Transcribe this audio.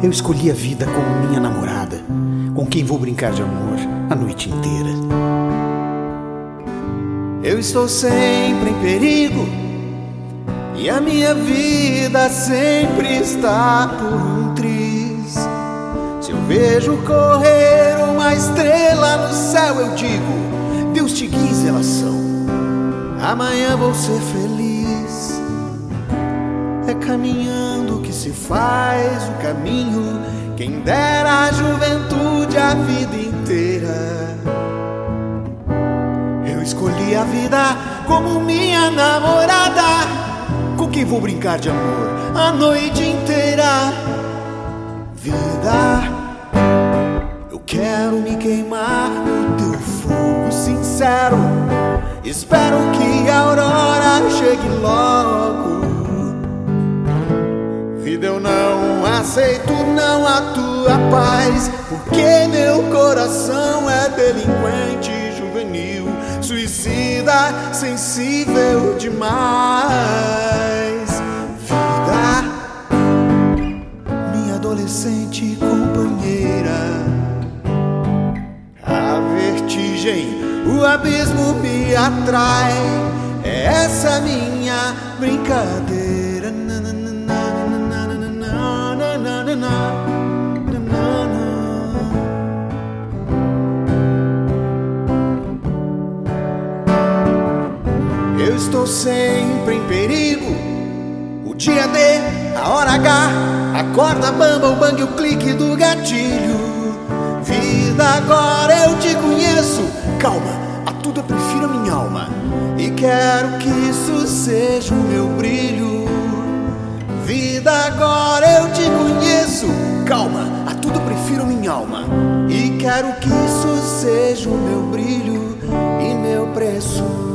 Eu escolhi a vida como minha namorada, com quem vou brincar de amor a noite inteira. Eu estou sempre em perigo e a minha vida sempre está por um triz. Se eu vejo correr uma estrela no céu, eu digo: Deus te guie, zelação, amanhã vou ser feliz. É caminhando que se faz o caminho, quem dera a juventude a vida inteira. Eu escolhi a vida como minha namorada, com quem vou brincar de amor a noite inteira. Vida, eu quero me queimar no teu fogo sincero. Espero que a aurora chegue logo. Vida, eu não aceito não a tua paz, porque meu coração é delinquente, juvenil, suicida, sensível demais. Vida, minha adolescente companheira, a vertigem, o abismo me atrai. É essa minha brincadeira. Eu estou sempre em perigo. O dia D, a hora H, a corda bamba, o bang, o clique do gatilho. Vida, agora eu te conheço. Calma, a tudo eu prefiro a minha alma, e quero que isso seja o meu brilho. Vida, agora eu te conheço. Calma, a tudo eu prefiro a minha alma, e quero que isso seja o meu brilho e meu preço.